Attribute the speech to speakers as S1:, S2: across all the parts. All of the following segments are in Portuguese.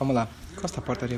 S1: Vamos lá. Encosta a porta ali.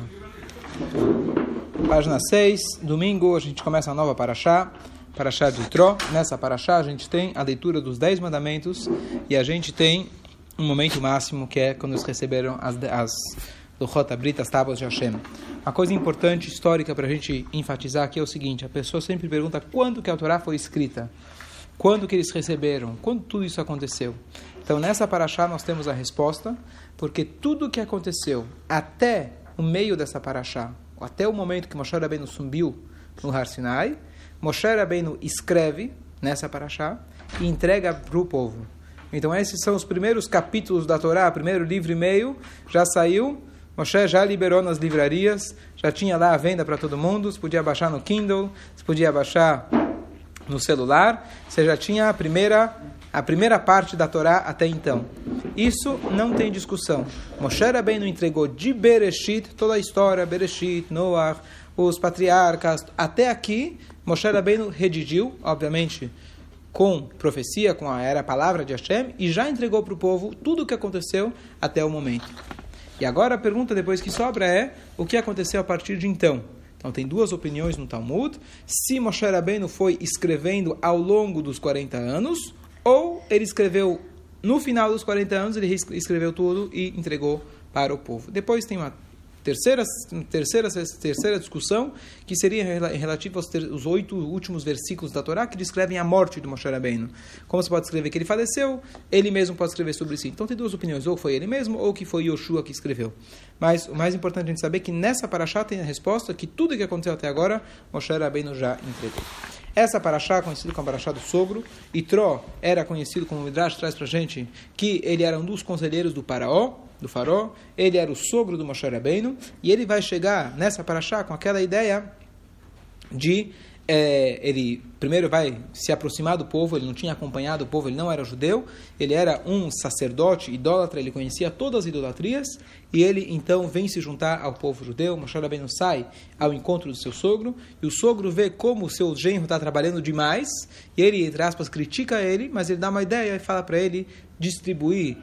S1: Página 6, domingo, a gente começa a nova paraxá, paraxá de Itró. Nessa paraxá a gente tem a leitura dos 10 mandamentos e a gente tem um momento máximo que é quando eles receberam as Luchot Abrit, as tábuas de Hashem. Uma coisa importante, histórica, para a gente enfatizar aqui é o seguinte: a pessoa sempre pergunta quando que a Torá foi escrita, quando que eles receberam, quando tudo isso aconteceu. Então nessa paraxá nós temos a resposta, porque tudo que aconteceu até o meio dessa paraxá, até o momento que Moshe Rabbeinu subiu no Har Sinai, Moshe Rabbeinu escreve nessa paraxá e entrega para o povo. Então esses são os primeiros capítulos da Torá, primeiro livro e meio, já saiu, Moshe já liberou nas livrarias, já tinha lá a venda para todo mundo, você podia baixar no Kindle, você podia baixar no celular, você já tinha a primeira parte da Torá até então. Isso não tem discussão. Moshe Rabbeinu entregou de Bereshit, toda a história, Bereshit, Noach, os patriarcas, até aqui, Moshe Rabbeinu redigiu, obviamente, com profecia, era a palavra de Hashem, e já entregou para o povo tudo o que aconteceu até o momento. E agora a pergunta depois que sobra é, o que aconteceu a partir de então? Então tem duas opiniões no Talmud, se Moshe Rabbeinu foi escrevendo ao longo dos 40 anos, ou ele escreveu no final dos 40 anos, ele escreveu tudo e entregou para o povo. Depois tem uma terceira discussão, que seria relativa aos 8 últimos versículos da Torá, que descrevem a morte de Moshe Rabbeinu. Como você pode escrever que ele faleceu, ele mesmo pode escrever sobre si. Então tem duas opiniões, ou foi ele mesmo, ou que foi Yoshua que escreveu. Mas o mais importante a gente saber é que nessa paraxá tem a resposta, que tudo que aconteceu até agora, Moshe Rabbeinu já entregou. Essa paraxá, conhecida como a paraxá do sogro, Itró era conhecido, como o Midrash traz para a gente, que ele era um dos conselheiros do Faraó, ele era o sogro do Moshe Rabbeinu, e ele vai chegar nessa paraxá com aquela ideia de ele primeiro vai se aproximar do povo, ele não tinha acompanhado o povo, ele não era judeu, ele era um sacerdote idólatra, ele conhecia todas as idolatrias, e ele então vem se juntar ao povo judeu. Moshe Rabbeinu sai ao encontro do seu sogro, e o sogro vê como o seu genro está trabalhando demais, e ele, entre aspas, critica ele, mas ele dá uma ideia e fala para ele distribuir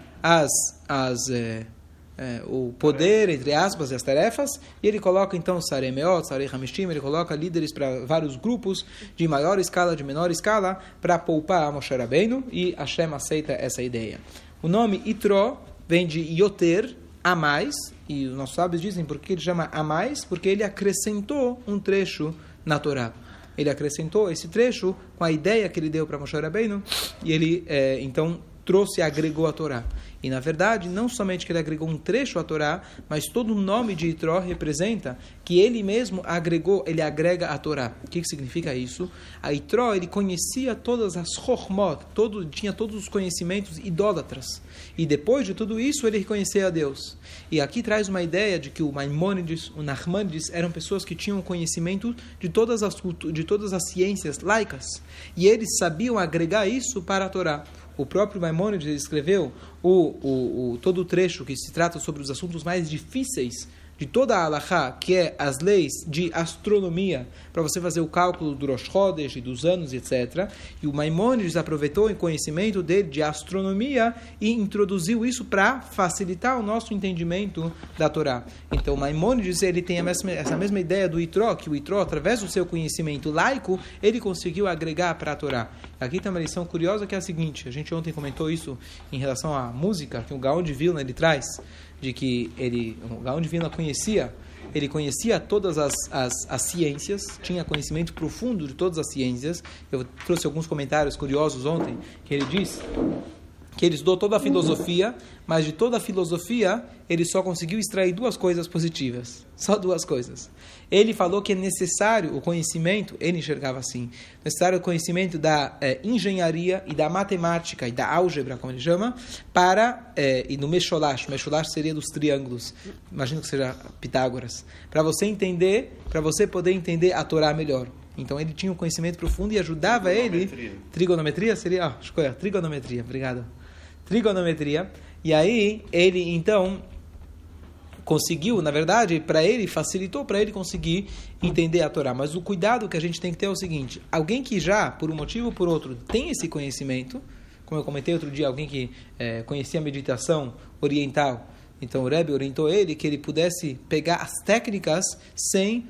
S1: o poder, entre aspas, e as tarefas, e ele coloca então Sarei Meot, Sarei Hamishim, ele coloca líderes para vários grupos, de maior escala, de menor escala, para poupar a Moshe Rabbeinu, e Hashem aceita essa ideia. O nome Itró vem de Yoter, a mais, e os nossos sábios dizem por que ele chama a mais, porque ele acrescentou um trecho na Torá. Ele acrescentou esse trecho com a ideia que ele deu para Moshe Rabbeinu, e ele então trouxe e agregou a Torá. E, na verdade, não somente que ele agregou um trecho à Torá, mas todo o nome de Itró representa que ele mesmo ele agrega a Torá. O que significa isso? A Itró, ele conhecia todas as chokhmot, tinha todos os conhecimentos idólatras. E depois de tudo isso, ele reconhecia a Deus. E aqui traz uma ideia de que o Maimônides, o Nachmanides, eram pessoas que tinham conhecimento de todas as ciências laicas. E eles sabiam agregar isso para a Torá. O próprio Maimônides escreveu todo o trecho que se trata sobre os assuntos mais difíceis de toda a Halachá, que é as leis de astronomia, para você fazer o cálculo do Rosh Chodesh e dos anos, etc. E o Maimônides aproveitou o conhecimento dele de astronomia e introduziu isso para facilitar o nosso entendimento da Torá. Então, o Maimônides, ele tem essa mesma ideia do Itró, que o Itró, através do seu conhecimento laico, ele conseguiu agregar para a Torá. Aqui tem uma lição curiosa que é a seguinte: a gente ontem comentou isso em relação à música, que o Gaon de Vilna ele traz, de que o Gaon de Vilna conhecia todas as ciências, tinha conhecimento profundo de todas as ciências. Eu trouxe alguns comentários curiosos ontem, que ele diz que ele estudou toda a filosofia, mas de toda a filosofia ele só conseguiu extrair 2 coisas positivas. Só 2 coisas. Ele falou que é necessário o conhecimento, ele enxergava assim, necessário o conhecimento da engenharia e da matemática e da álgebra, como ele chama, e no Mesholash seria dos triângulos, imagino que seja Pitágoras, para você poder entender a Torá melhor. Então ele tinha um conhecimento profundo e ajudava ele. Trigonometria seria? Trigonometria, obrigado. Trigonometria. E aí ele então conseguiu, na verdade, facilitou para ele conseguir entender a Torá. Mas o cuidado que a gente tem que ter é o seguinte: alguém que já, por um motivo ou por outro, tem esse conhecimento, como eu comentei outro dia, alguém que conhecia a meditação oriental, Então o Rebbe orientou ele que ele pudesse pegar as técnicas sem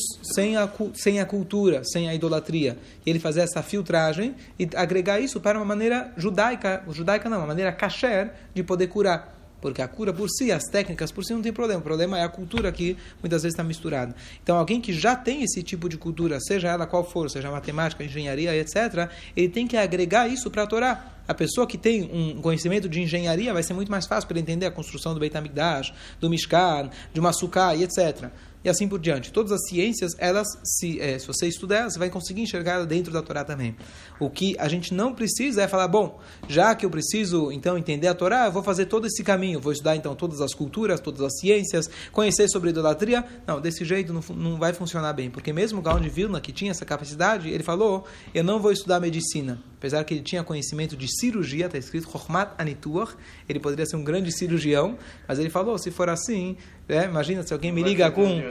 S1: a cultura, sem a idolatria. E ele fazer essa filtragem e agregar isso para uma maneira judaica não, uma maneira kasher de poder curar. Porque a cura por si, as técnicas por si não tem problema. O problema é a cultura que muitas vezes está misturada. Então alguém que já tem esse tipo de cultura, seja ela qual for, seja matemática, engenharia, etc., ele tem que agregar isso para a Torá. A pessoa que tem um conhecimento de engenharia vai ser muito mais fácil para ele entender a construção do Beit HaMikdash, do Mishkan, de uma Sukkah e etc. E assim por diante. Todas as ciências, elas, se você estudar elas, você vai conseguir enxergar ela dentro da Torá também. O que a gente não precisa é falar, bom, já que eu preciso então entender a Torá, eu vou fazer todo esse caminho, vou estudar então todas as culturas, todas as ciências, conhecer sobre idolatria. Não, desse jeito não vai funcionar bem, porque mesmo o Gaon de Vilna, que tinha essa capacidade, ele falou, eu não vou estudar medicina. Apesar que ele tinha conhecimento de cirurgia, está escrito Chochmat Anituach, ele poderia ser um grande cirurgião, mas ele falou, se for assim, imagina se alguém me liga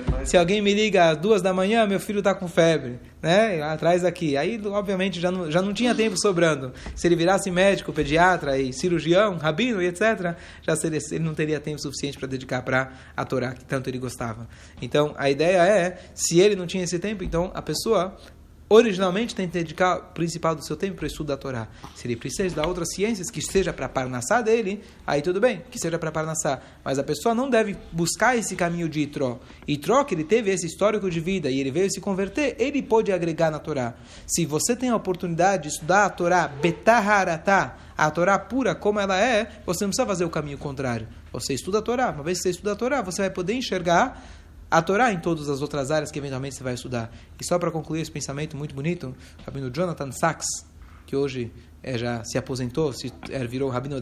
S1: às 2 da manhã, meu filho está com febre, né? Atrás daqui. Aí, obviamente, já não tinha tempo sobrando. Se ele virasse médico, pediatra e cirurgião, rabino e etc., ele não teria tempo suficiente para dedicar para a Torá, que tanto ele gostava. Então, a ideia é, se ele não tinha esse tempo, então a pessoa originalmente tem que dedicar o principal do seu tempo para o estudo da Torá. Se ele precisa estudar outras ciências, que seja para a Parnassá dele, aí tudo bem, que seja para a Parnassá. Mas a pessoa não deve buscar esse caminho de Itró. Itró, que ele teve esse histórico de vida e ele veio se converter, ele pode agregar na Torá. Se você tem a oportunidade de estudar a Torá, Betaharatá, a Torá pura como ela é, você não precisa fazer o caminho contrário. Você estuda a Torá. Uma vez que você estuda a Torá, você vai poder enxergar a Torá em todas as outras áreas que eventualmente você vai estudar. E só para concluir esse pensamento muito bonito, o rabino Jonathan Sachs, que hoje já se aposentou, virou o rabino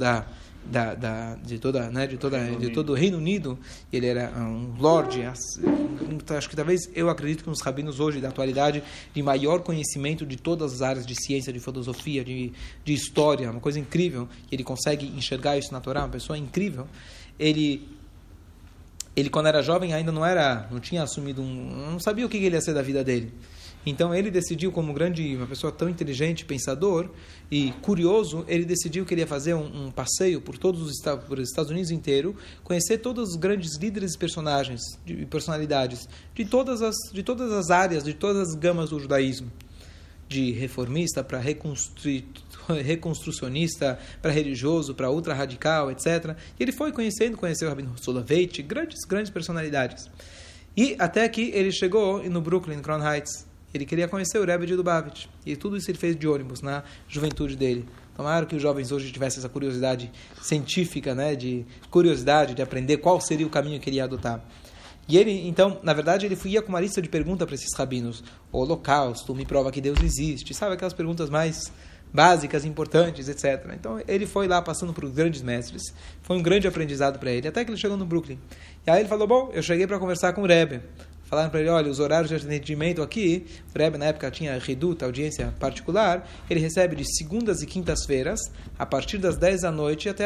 S1: de todo o Reino Unido, ele era um lorde, acho que talvez, eu acredito que um dos rabinos hoje da atualidade de maior conhecimento de todas as áreas de ciência, de filosofia, de história, uma coisa incrível, ele consegue enxergar isso na Torá, uma pessoa incrível. Ele quando era jovem ainda não tinha assumido não sabia o que ele ia ser da vida dele. Então ele decidiu, como uma pessoa tão inteligente, pensador e curioso, ele decidiu que ele ia fazer um passeio por os Estados Unidos inteiro, conhecer todos os grandes líderes e personalidades de todas as áreas, de todas as gamas do judaísmo, de reformista para reconstrucionista, para religioso, para ultra-radical, etc. E ele foi conheceu o Rabino Soloveitch, grandes personalidades. E até que ele chegou no Brooklyn, em Crown Heights. Ele queria conhecer o Rebbe de Lubavitch. E tudo isso ele fez de ônibus, na juventude dele. Tomara que os jovens hoje tivessem essa curiosidade científica, né, de curiosidade, de aprender qual seria o caminho que ele ia adotar. E ele, então, na verdade, ele ia com uma lista de perguntas para esses rabinos. O Holocausto me prova que Deus existe. Sabe aquelas perguntas mais básicas, importantes, etc. Então, ele foi lá passando por grandes mestres. Foi um grande aprendizado para ele, até que ele chegou no Brooklyn. E aí ele falou, bom, eu cheguei para conversar com o Rebbe. Falaram para ele, olha, os horários de atendimento aqui, o Rebbe na época tinha Redut, audiência particular, ele recebe de segundas e quintas-feiras, a partir das 10 da noite até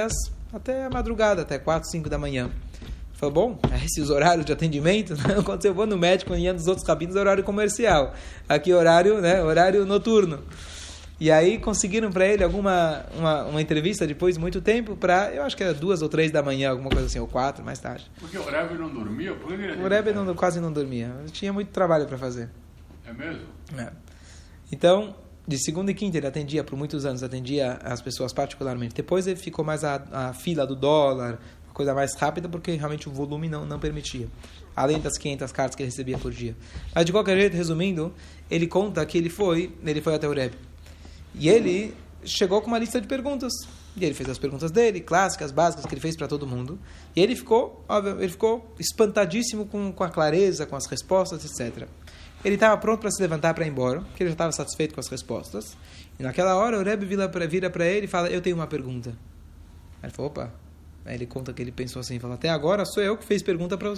S1: a madrugada, até 4, 5 da manhã. Falou, bom, esses horários de atendimento, quando eu vou no médico e dos outros rabinos, é horário comercial. Aqui horário noturno. E aí conseguiram para ele uma entrevista depois de muito tempo eu acho que era 2 ou 3 da manhã, alguma coisa assim, ou 4, mais tarde.
S2: Porque o Rebbe não dormia?
S1: O Rebbe quase não dormia. Tinha muito trabalho para fazer.
S2: É mesmo?
S1: É. Então, de segunda e quinta ele atendia, por muitos anos, atendia as pessoas particularmente. Depois ele ficou mais a fila do dólar, uma coisa mais rápida, porque realmente o volume não permitia. Além das 500 cartas que ele recebia por dia. Mas de qualquer jeito, resumindo, ele conta que ele foi até o Rebbe. E ele chegou com uma lista de perguntas. E ele fez as perguntas dele, clássicas, básicas, que ele fez para todo mundo. E ele ficou espantadíssimo com a clareza, com as respostas, etc. Ele estava pronto para se levantar para ir embora, porque ele já estava satisfeito com as respostas. E naquela hora o Rebbe vira para ele e fala, eu tenho uma pergunta. Aí ele falou, opa. Aí ele conta que ele pensou assim, fala, até agora sou eu que fiz pergunta para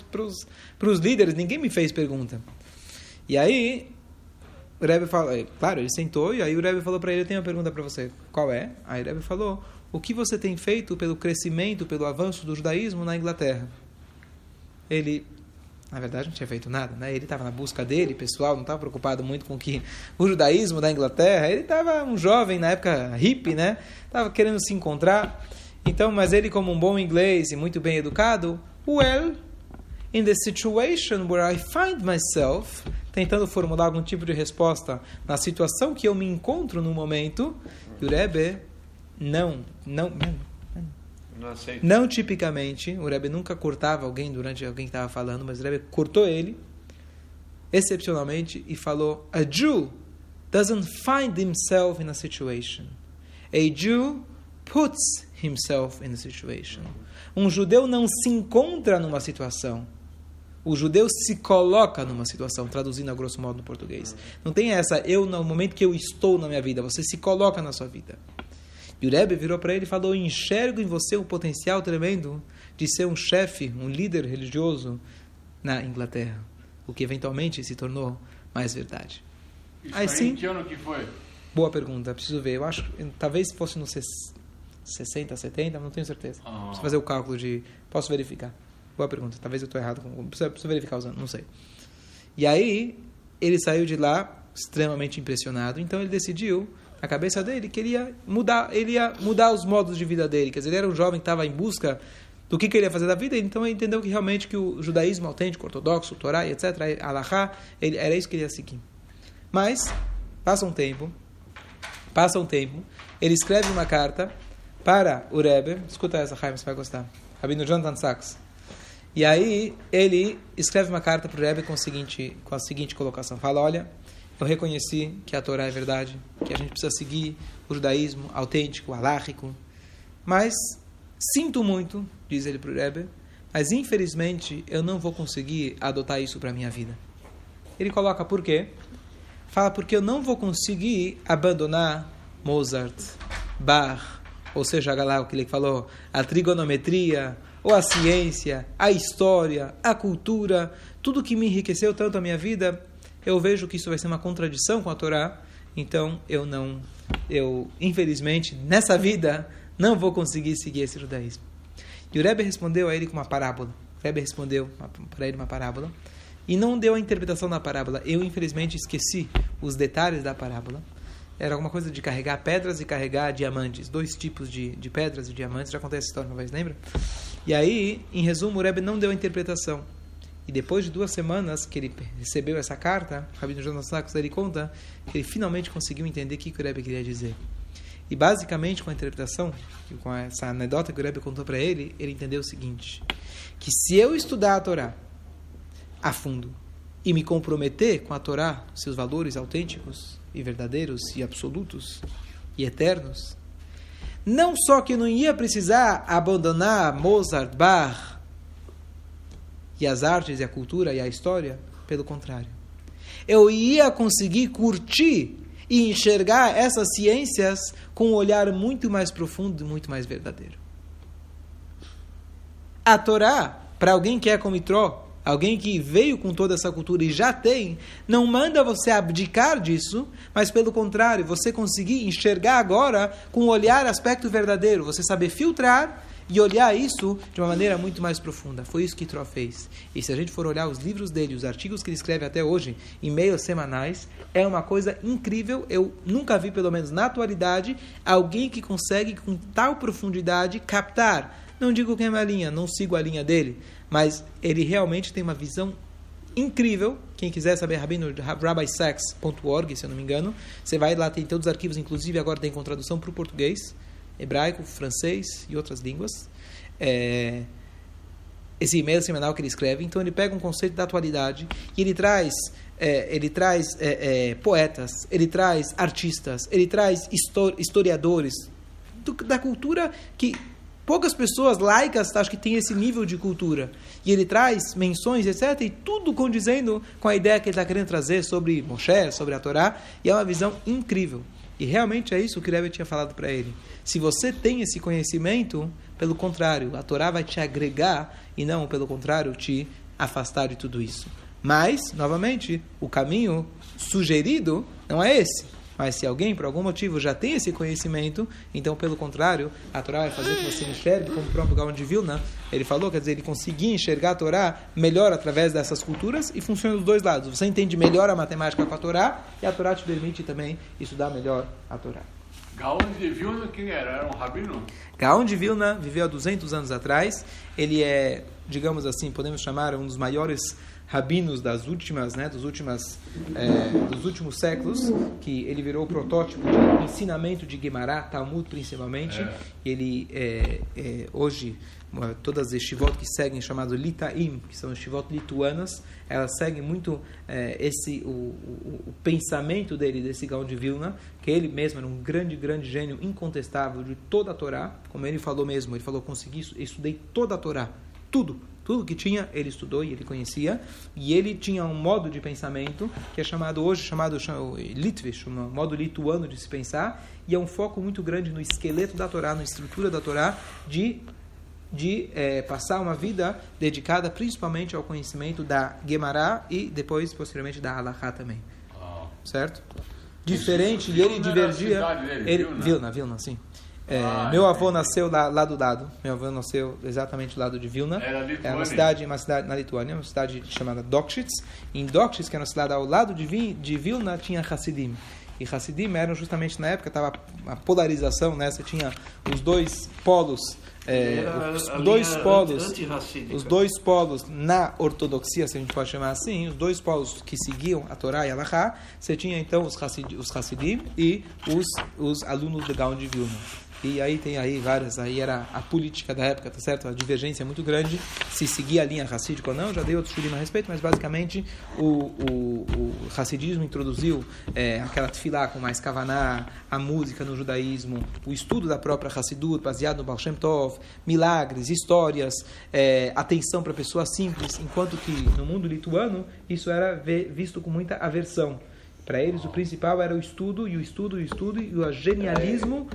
S1: os líderes, ninguém me fez pergunta. E aí o Rebbe falou, claro, ele sentou e aí o Rebbe falou para ele, eu tenho uma pergunta para você. Qual é? Aí o Rebbe falou, o que você tem feito pelo crescimento, pelo avanço do judaísmo na Inglaterra? Ele, na verdade, não tinha feito nada, né? Ele estava na busca dele, pessoal, não estava preocupado muito com o judaísmo da Inglaterra. Ele estava um jovem, na época hippie, né? Estava querendo se encontrar. Então, mas ele, como um bom inglês e muito bem educado, well, in the situation where I find myself, tentando formular algum tipo de resposta na situação que eu me encontro no momento, e o Rebbe não tipicamente, o Rebbe nunca cortava alguém durante alguém que estava falando, mas o Rebbe cortou ele, excepcionalmente, e falou, a Jew doesn't find himself in a situation. A Jew puts himself in a situation. Um judeu não se encontra numa situação. O judeu se coloca numa situação, traduzindo a grosso modo no português. Não tem essa, eu no momento que eu estou na minha vida, você se coloca na sua vida. E o Rebbe virou para ele e falou, enxergo em você um potencial tremendo de ser um chefe, um líder religioso na Inglaterra. O que eventualmente se tornou mais verdade.
S2: Isso
S1: aí sim,
S2: que ano que foi?
S1: Boa pergunta, preciso ver. Eu acho que talvez fosse nos 60, 70, não tenho certeza. Preciso fazer o cálculo de... Posso verificar. Boa pergunta, talvez eu estou errado. Preciso verificar os anos, não sei. E aí, ele saiu de lá extremamente impressionado. Então ele decidiu, na cabeça dele, que ele ia mudar os modos de vida dele. Quer dizer, ele era um jovem que estava em busca do que ele ia fazer da vida. Então ele entendeu que realmente que o judaísmo autêntico, ortodoxo, o Torá, etc., Alahá, era isso que ele ia seguir. Mas, passa um tempo, ele escreve uma carta para o Rebbe. Escuta essa, Chaim, você vai gostar. Rabino Jonathan Sachs. E aí, ele escreve uma carta para o Rebbe com a seguinte colocação. Fala, olha, eu reconheci que a Torá é verdade, que a gente precisa seguir o judaísmo autêntico, aláhico, mas sinto muito, diz ele para o Rebbe, mas infelizmente eu não vou conseguir adotar isso para a minha vida. Ele coloca por quê? Fala, porque eu não vou conseguir abandonar Mozart, Bach, ou seja, lá o que ele falou, a trigonometria, ou a ciência, a história, a cultura, tudo que me enriqueceu tanto a minha vida, eu vejo que isso vai ser uma contradição com a Torá, então eu infelizmente, nessa vida, não vou conseguir seguir esse judaísmo. E o Rebbe respondeu a ele com uma parábola. O Rebbe respondeu para ele uma parábola, e não deu a interpretação da parábola. Eu, infelizmente, esqueci os detalhes da parábola. Era alguma coisa de carregar pedras e carregar diamantes. 2 tipos de pedras e diamantes. Já contei essa história uma vez, lembra? E aí, em resumo, o Rebbe não deu a interpretação. E depois de 2 semanas que ele recebeu essa carta, o Rabino Jonathan Sachs, ele conta que ele finalmente conseguiu entender o que o Rebbe queria dizer. E basicamente, com a interpretação, com essa anedota que o Rebbe contou para ele, ele entendeu o seguinte, que se eu estudar a Torá a fundo e me comprometer com a Torá, seus valores autênticos e verdadeiros e absolutos e eternos, não só que eu não ia precisar abandonar Mozart, Bach e as artes e a cultura e a história, pelo contrário, eu ia conseguir curtir e enxergar essas ciências com um olhar muito mais profundo e muito mais verdadeiro. A Torá, para alguém que é como Itró, alguém que veio com toda essa cultura e já tem, não manda você abdicar disso, mas pelo contrário, você conseguir enxergar agora com um olhar aspecto verdadeiro, você saber filtrar e olhar isso de uma maneira muito mais profunda. Foi isso que Itró fez. E se a gente for olhar os livros dele, os artigos que ele escreve até hoje, em e-mails semanais, é uma coisa incrível. Eu nunca vi, pelo menos na atualidade, alguém que consegue com tal profundidade captar. Não digo que é uma linha, não sigo a linha dele, mas ele realmente tem uma visão incrível. Quem quiser saber, rabbisachs.org, se eu não me engano, você vai lá, tem todos os arquivos, inclusive agora tem com tradução para o português, hebraico, francês e outras línguas. Esse e-mail semanal que ele escreve, então ele pega um conceito da atualidade e ele traz poetas, ele traz artistas, ele traz historiadores da cultura que poucas pessoas laicas acho que têm esse nível de cultura. E ele traz menções, etc. E tudo condizendo com a ideia que ele está querendo trazer sobre Moshe, sobre a Torá. E é uma visão incrível. E realmente é isso que o Rebbe tinha falado para ele. Se você tem esse conhecimento, pelo contrário, a Torá vai te agregar e não, pelo contrário, te afastar de tudo isso. Mas, novamente, o caminho sugerido não é esse. Mas se alguém, por algum motivo, já tem esse conhecimento, então, pelo contrário, a Torá vai fazer que você enxergue, como o próprio Gaon de Vilna, ele falou, quer dizer, ele conseguir enxergar a Torá melhor através dessas culturas, e funciona dos dois lados. Você entende melhor a matemática com a Torá, e a Torá te permite também estudar melhor a Torá.
S2: Gaon de Vilna, quem era? Era um rabino?
S1: Gaon de Vilna viveu há 200 anos atrás. Ele é, digamos assim, podemos chamar um dos maiores rabinos das últimas, dos últimos séculos, que ele virou o protótipo de ensinamento de Gemara, Talmud principalmente. Ele hoje todas as yeshivot que seguem, chamadas Litaim, que são yeshivot lituanas, elas seguem muito o pensamento dele, desse Gaon de Vilna, que ele mesmo era um grande gênio incontestável de toda a Torá, como ele falou mesmo, ele falou, estudei toda a Torá, tudo que tinha, ele estudou e ele conhecia, e ele tinha um modo de pensamento que é chamado Litvish, um modo lituano de se pensar, e é um foco muito grande no esqueleto da Torá, na estrutura da Torá, de passar uma vida dedicada principalmente ao conhecimento da Gemara e depois, posteriormente, da Halakha também. Certo? Diferente, e ele divergia... Vilna, sim. Meu avô nasceu lá do lado. Meu avô nasceu exatamente do lado de Vilna. É uma cidade na Lituânia, uma cidade chamada Dokshitz. Em Dokshitz, que é uma cidade ao lado de Vilna, tinha Hassidim. E Hassidim eram justamente na época, estava a polarização, né? Você tinha os dois polos, os dois polos na ortodoxia, se a gente pode chamar assim, os dois polos que seguiam a Torá e a Halakha. Você tinha então os Hassidim e os alunos do Gaon de Vilna. E aí tem várias, era a política da época, tá certo? A divergência é muito grande, se seguia a linha racídica ou não, já dei outro estudo a respeito, mas basicamente o racidismo introduziu aquela tefilá com mais kavaná, a música no judaísmo, o estudo da própria Hassidut, baseado no Baal Shem Tov, milagres, histórias, atenção para pessoas simples, enquanto que no mundo lituano isso era visto com muita aversão. Para eles o principal era o estudo e o genialismo,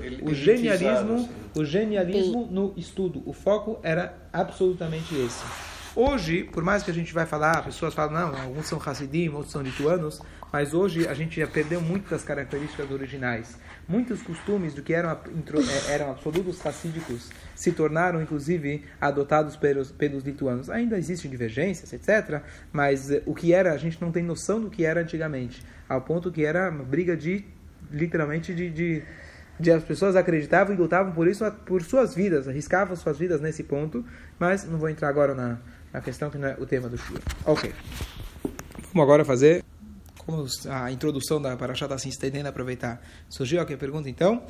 S1: o genialismo no estudo. O foco era absolutamente esse. Hoje, por mais que a gente vai falar, pessoas falam, não, alguns são Hassidim, outros são lituanos, mas hoje a gente já perdeu muitas das características originais. Muitos costumes do que eram absolutos hassídicos se tornaram, inclusive, adotados pelos lituanos. Ainda existem divergências, etc., mas o que era, a gente não tem noção do que era antigamente, ao ponto que era uma briga literalmente de as pessoas acreditavam e lutavam por isso, por suas vidas, arriscavam suas vidas nesse ponto, mas não vou entrar agora na questão que não é o tema do Shura. Ok. Vamos agora fazer, como a introdução da Parashá está se estendendo, aproveitar. Surgiu aqui a pergunta, então,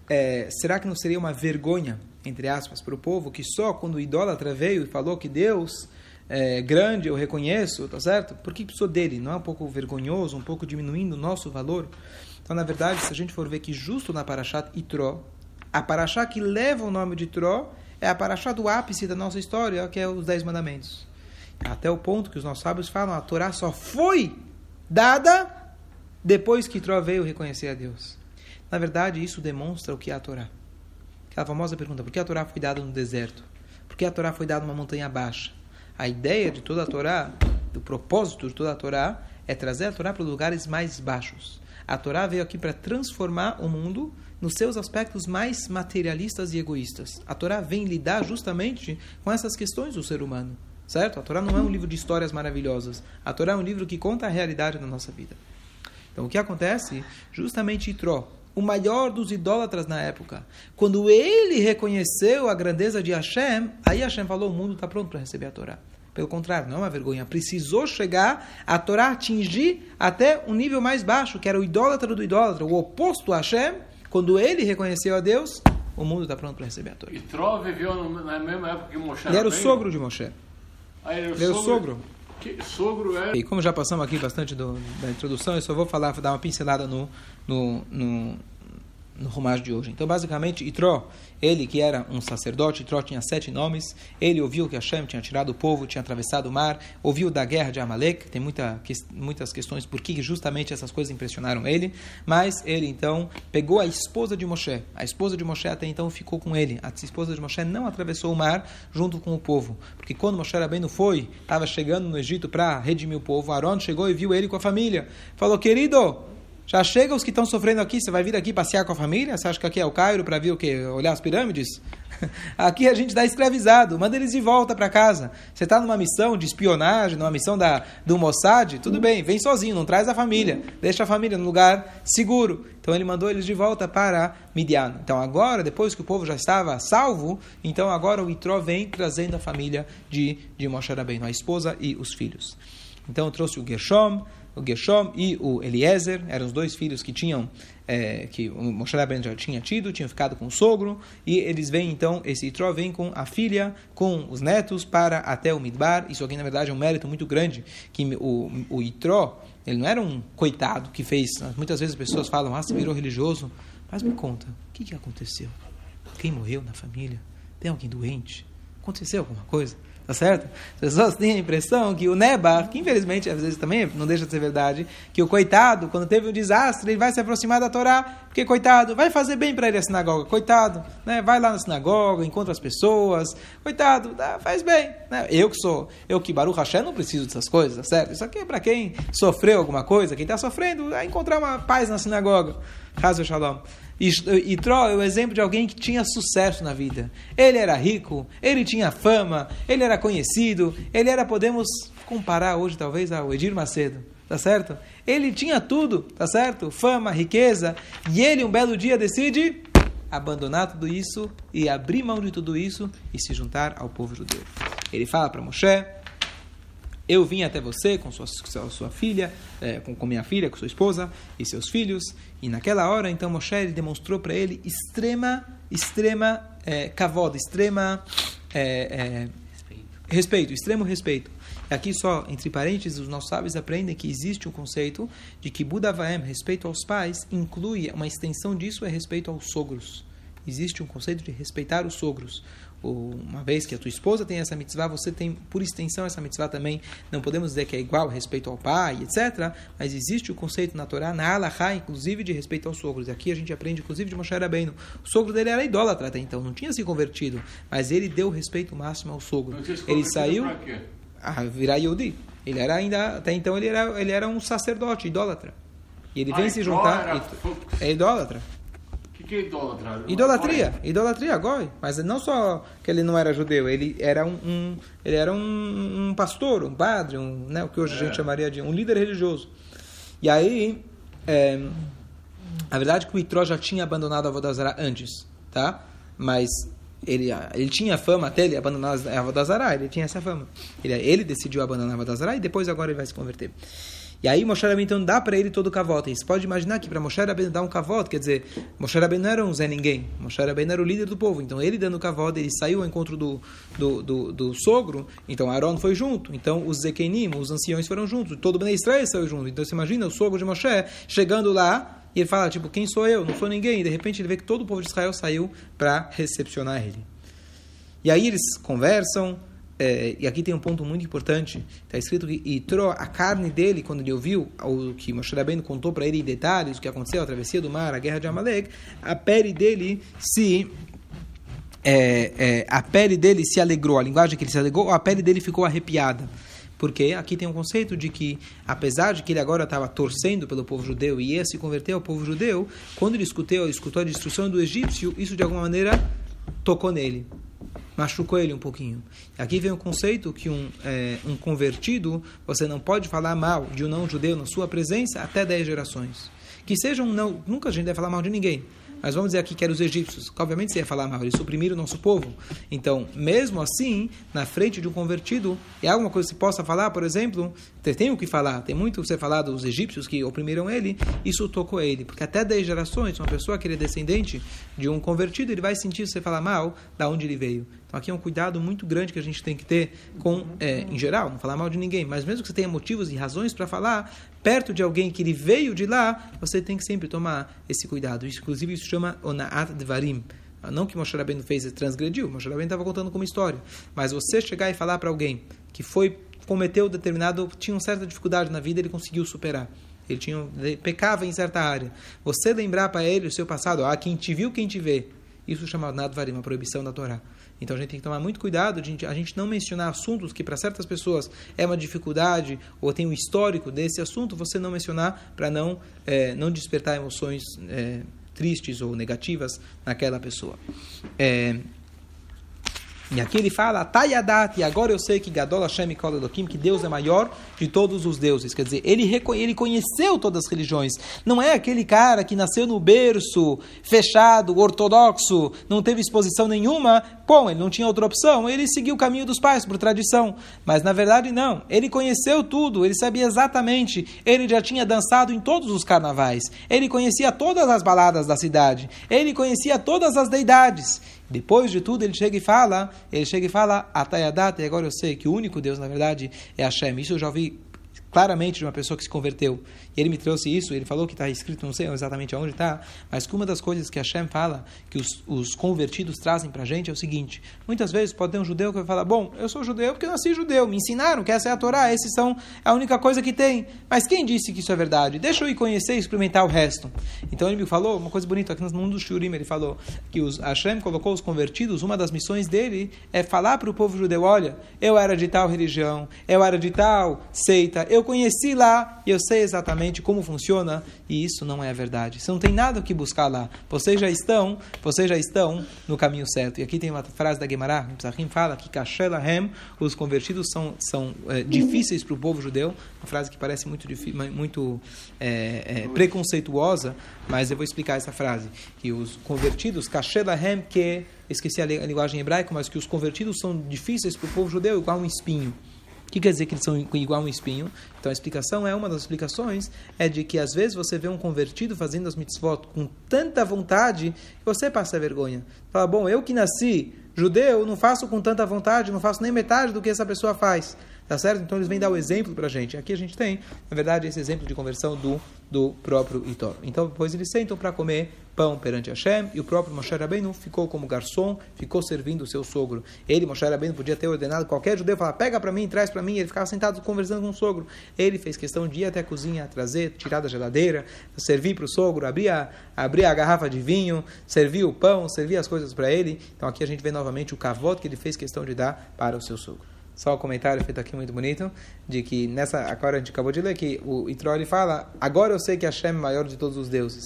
S1: será que não seria uma vergonha, entre aspas, para o povo, que só quando o idólatra veio e falou que Deus é grande, eu reconheço, tá certo? Por que precisou dele? Não é um pouco vergonhoso, um pouco diminuindo o nosso valor? Então, na verdade, se a gente for ver que justo na Parashat Itró, a Parashá que leva o nome de Itró é a Parashá do ápice da nossa história, que é os 10 mandamentos. Até o ponto que os nossos sábios falam, a Torá só foi dada depois que Itró veio reconhecer a Deus. Na verdade, isso demonstra o que é a Torá. Aquela famosa pergunta, por que a Torá foi dada no deserto? Por que a Torá foi dada numa montanha baixa? A ideia de toda a Torá, do propósito de toda a Torá, é trazer a Torá para os lugares mais baixos. A Torá veio aqui para transformar o mundo nos seus aspectos mais materialistas e egoístas. A Torá vem lidar justamente com essas questões do ser humano, certo? A Torá não é um livro de histórias maravilhosas. A Torá é um livro que conta a realidade da nossa vida. Então, o que acontece? Justamente Itró, o maior dos idólatras na época, quando ele reconheceu a grandeza de Hashem, aí Hashem falou, o mundo está pronto para receber a Torá. Pelo contrário, não é uma vergonha. Precisou chegar a Torá atingir até um nível mais baixo, que era o idólatra do idólatra, o oposto a Hashem. Quando ele reconheceu a Deus, o mundo está pronto para receber a Torá.
S2: E Itró viveu na mesma época que Moshe.
S1: Ele era o sogro de Moshe.
S2: Ele era o sogro. Que sogro era?
S1: E como já passamos aqui bastante da introdução, eu só vou dar uma pincelada no Rumash de hoje. Então, basicamente, Itró, ele que era um sacerdote, Itró tinha 7 nomes, ele ouviu que Hashem tinha tirado o povo, tinha atravessado o mar, ouviu da guerra de Amalek, tem muitas questões por que justamente essas coisas impressionaram ele, mas ele então pegou a esposa de Moshe. A esposa de Moshe até então ficou com ele. A esposa de Moshe não atravessou o mar junto com o povo, porque quando Moshe Rabbeinu estava chegando no Egito para redimir o povo, Aaron chegou e viu ele com a família. Falou, querido, já chega os que estão sofrendo aqui, você vai vir aqui passear com a família? Você acha que aqui é o Cairo para vir o quê? Olhar as pirâmides? Aqui a gente está escravizado, manda eles de volta para casa. Você está numa missão de espionagem, numa missão do Mossad, tudo bem, vem sozinho, não traz a família, deixa a família num lugar seguro. Então ele mandou eles de volta para Midian. Então agora, depois que o povo já estava salvo, então agora o Itró vem trazendo a família de Moshe Rabbeinu, a esposa e os filhos. Então trouxe o Gershom e o Eliezer, eram os dois filhos que tinham, que o Moshe Rabbeinu já tinha tido, tinham ficado com o sogro, e eles vêm então, esse Itró vem com a filha, com os netos, para até o Midbar. Isso aqui na verdade é um mérito muito grande, que o Itró, ele não era um coitado que fez, muitas vezes as pessoas falam, você virou religioso, mas me conta, o que aconteceu? Quem morreu na família? Tem alguém doente? Aconteceu alguma coisa? Tá certo? As pessoas têm a impressão que o Nebar, que infelizmente às vezes também não deixa de ser verdade, que o coitado, quando teve um desastre, ele vai se aproximar da Torá, porque coitado, vai fazer bem para ele a sinagoga, coitado, né? Vai lá na sinagoga, encontra as pessoas, coitado, faz bem, né? Eu que Baruch Hashem não preciso dessas coisas, tá certo? Isso aqui é para quem sofreu alguma coisa, quem está sofrendo, é encontrar uma paz na sinagoga. Hazel Shalom. Itró é o exemplo de alguém que tinha sucesso na vida. Ele era rico, ele tinha fama, ele era conhecido, ele era, podemos comparar hoje talvez ao Edir Macedo, tá certo? Ele tinha tudo, tá certo? Fama, riqueza, e ele um belo dia decide abandonar tudo isso e abrir mão de tudo isso e se juntar ao povo judeu. Ele fala para Moshe: eu vim até você com sua filha, com minha filha, com sua esposa e seus filhos. E naquela hora, então, Moshe ele demonstrou para ele extrema kavod, extremo respeito. Aqui só, entre parênteses, os nossos sábios aprendem que existe um conceito de que Budavaem, respeito aos pais, inclui uma extensão disso, é respeito aos sogros. Existe um conceito de respeitar os sogros. Uma vez que a tua esposa tem essa mitzvah, você tem, por extensão, essa mitzvah também. Não podemos dizer que é igual respeito ao pai, etc. Mas existe o conceito na Torá, na Halachá, inclusive de respeito aos sogros. Aqui a gente aprende, inclusive, de Moshe Rabbeinu. O sogro dele era idólatra até então, não tinha se convertido. Mas ele deu respeito máximo ao sogro. Ele saiu a virar Yehudi. Ele era ainda, até então ele era um sacerdote, idólatra. E ele vem se juntar... É idólatra.
S2: Que é idólatra?
S1: Idolatria, goi. Mas não só que ele não era judeu, ele era um pastor, um padre, né, o que hoje a gente chamaria de um líder religioso. E aí, a verdade é que o Itró já tinha abandonado a Avodah Zará antes, tá? Mas ele tinha fama até ele abandonar a Avodah Zará, ele tinha essa fama. Ele decidiu abandonar a Avodah Zará e depois agora ele vai se converter. E aí Moshe Rabbeinu então dá para ele todo o kavod. Você pode imaginar que para Moshe Rabbeinu dar um kavod, quer dizer, Moshe Rabbeinu não era um Zé Ninguém, Moshe Rabbeinu era o líder do povo. Então ele dando kavod, ele saiu ao encontro do sogro, então Aaron foi junto, então os Zekenim, os anciões foram juntos, todo o Bnei Israel saiu junto. Então você imagina o sogro de Moshe chegando lá e ele fala, tipo, quem sou eu? Não sou ninguém. E de repente ele vê que todo o povo de Israel saiu para recepcionar ele. E aí eles conversam. E aqui tem um ponto muito importante. Está escrito que Itró, a carne dele, quando ele ouviu o que Moshe Rabbeinu contou para ele em detalhes, o que aconteceu, a travessia do mar, a guerra de Amalek, a pele dele se alegrou. A linguagem que ele se alegrou, a pele dele ficou arrepiada. Porque aqui tem um conceito de que, apesar de que ele agora estava torcendo pelo povo judeu e ia se converter ao povo judeu, quando ele escutou a destruição do egípcio, isso de alguma maneira tocou nele. Machucou ele um pouquinho. Aqui vem o conceito que um convertido, você não pode falar mal de um não-judeu na sua presença até 10 gerações. Que seja um não... Nunca a gente deve falar mal de ninguém. Mas vamos dizer aqui que eram os egípcios. Obviamente você ia falar mal, eles suprimiram o nosso povo. Então, mesmo assim, na frente de um convertido, é alguma coisa que você possa falar, por exemplo, tem o que falar, tem muito o que você falar dos egípcios que oprimiram ele, isso tocou ele. Porque até 10 gerações, uma pessoa que ele é descendente de um convertido, ele vai sentir se você falar mal da onde ele veio. Então aqui é um cuidado muito grande que a gente tem que ter com, em geral, não falar mal de ninguém, mas mesmo que você tenha motivos e razões para falar, perto de alguém que ele veio de lá, você tem que sempre tomar esse cuidado. Isso, inclusive, isso chama Ona'at Devarim. Não que Moshe Rabbeinu fez e transgrediu, Moshe Rabbeinu estava contando como história. Mas você chegar e falar para alguém que cometeu tinha uma certa dificuldade na vida, ele conseguiu superar. Ele pecava em certa área. Você lembrar para ele o seu passado, quem te viu, quem te vê. Isso chama Ona'at Devarim, uma proibição da Torá. Então a gente tem que tomar muito cuidado de a gente não mencionar assuntos que para certas pessoas é uma dificuldade ou tem um histórico desse assunto, você não mencionar para não despertar emoções tristes ou negativas naquela pessoa. E aqui ele fala, Tayadat, e agora eu sei que Gadol Hashem Kol Elokim, que Deus é maior de todos os deuses. Quer dizer, ele conheceu todas as religiões. Não é aquele cara que nasceu no berço, fechado, ortodoxo, não teve exposição nenhuma. Bom, ele não tinha outra opção, ele seguiu o caminho dos pais, por tradição. Mas na verdade não, ele conheceu tudo, ele sabia exatamente, ele já tinha dançado em todos os carnavais, ele conhecia todas as baladas da cidade, ele conhecia todas as deidades. Depois de tudo, ele chega e fala, Atayadat, e agora eu sei que o único Deus, na verdade, é Hashem. Isso eu já ouvi claramente de uma pessoa que se converteu. E ele me trouxe isso, ele falou que está escrito, não sei exatamente aonde está, mas que uma das coisas que Hashem fala, que os convertidos trazem para a gente é o seguinte: muitas vezes pode ter um judeu que vai falar, bom, eu sou judeu porque eu nasci judeu, me ensinaram que essa é a Torá, esses são a única coisa que tem. Mas quem disse que isso é verdade? Deixa eu ir conhecer e experimentar o resto. Então ele me falou uma coisa bonita, aqui no mundo do Shurim, ele falou que Hashem colocou os convertidos, uma das missões dele é falar para o povo judeu, olha, eu era de tal religião, eu era de tal seita, eu conheci lá e eu sei exatamente como funciona, e isso não é a verdade. Você não tem nada o que buscar lá. Vocês já estão no caminho certo. E aqui tem uma frase da Gemara, o Psachim fala que Kasher Lahem, os convertidos são difíceis para o povo judeu, uma frase que parece muito preconceituosa, mas eu vou explicar essa frase, que os convertidos, Kasher Lahem, que esqueci a linguagem hebraica, mas que os convertidos são difíceis para o povo judeu, igual um espinho. O que quer dizer que eles são igual um espinho? Então a explicação uma das explicações é de que às vezes você vê um convertido fazendo as mitzvot com tanta vontade que você passa vergonha. Fala, bom, eu que nasci judeu, não faço com tanta vontade, não faço nem metade do que essa pessoa faz. Tá certo? Então eles vêm dar o exemplo para a gente. Aqui a gente tem, na verdade, esse exemplo de conversão do próprio Itor. Então depois eles sentam para comer pão perante Hashem, e o próprio Moshe Rabbeinu ficou como garçom, ficou servindo o seu sogro. Ele, Moshe Rabbeinu, podia ter ordenado qualquer judeu, falar, pega para mim, traz para mim, ele ficava sentado conversando com o sogro. Ele fez questão de ir até a cozinha, trazer, tirar da geladeira, servir para o sogro, abrir a garrafa de vinho, servir o pão, servir as coisas para ele. Então aqui a gente vê novamente o kavod que ele fez questão de dar para o seu sogro. Só um comentário feito aqui muito bonito, de que agora a gente acabou de ler, que o Itró ele fala, agora eu sei que Hashem é maior de todos os deuses.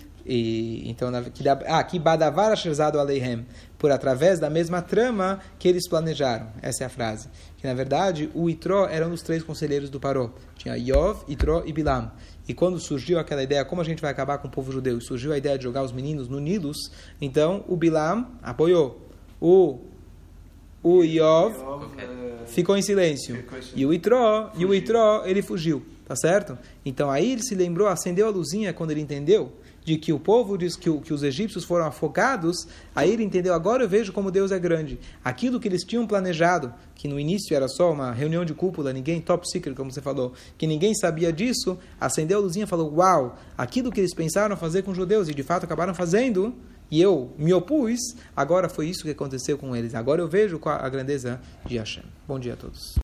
S1: E então que Badavar Asherzado Aleihem, por através da mesma trama que eles planejaram. Essa é a frase. Que na verdade o Itró era um dos 3 conselheiros do Paró. Tinha Iov, Itró e Bilam. E quando surgiu aquela ideia, como a gente vai acabar com o povo judeu, e surgiu a ideia de jogar os meninos no Nilus, então o Bilam apoiou. O Iov ficou em silêncio. E o Itró, ele fugiu. Tá certo? Então aí ele se lembrou, acendeu a luzinha quando ele entendeu de que o povo diz que os egípcios foram afogados. Aí ele entendeu, agora eu vejo como Deus é grande. Aquilo que eles tinham planejado, que no início era só uma reunião de cúpula, ninguém, top secret, como você falou, que ninguém sabia disso, acendeu a luzinha e falou, uau, aquilo que eles pensaram fazer com os judeus, e de fato acabaram fazendo, e eu me opus, agora foi isso que aconteceu com eles. Agora eu vejo a grandeza de Hashem. Bom dia a todos.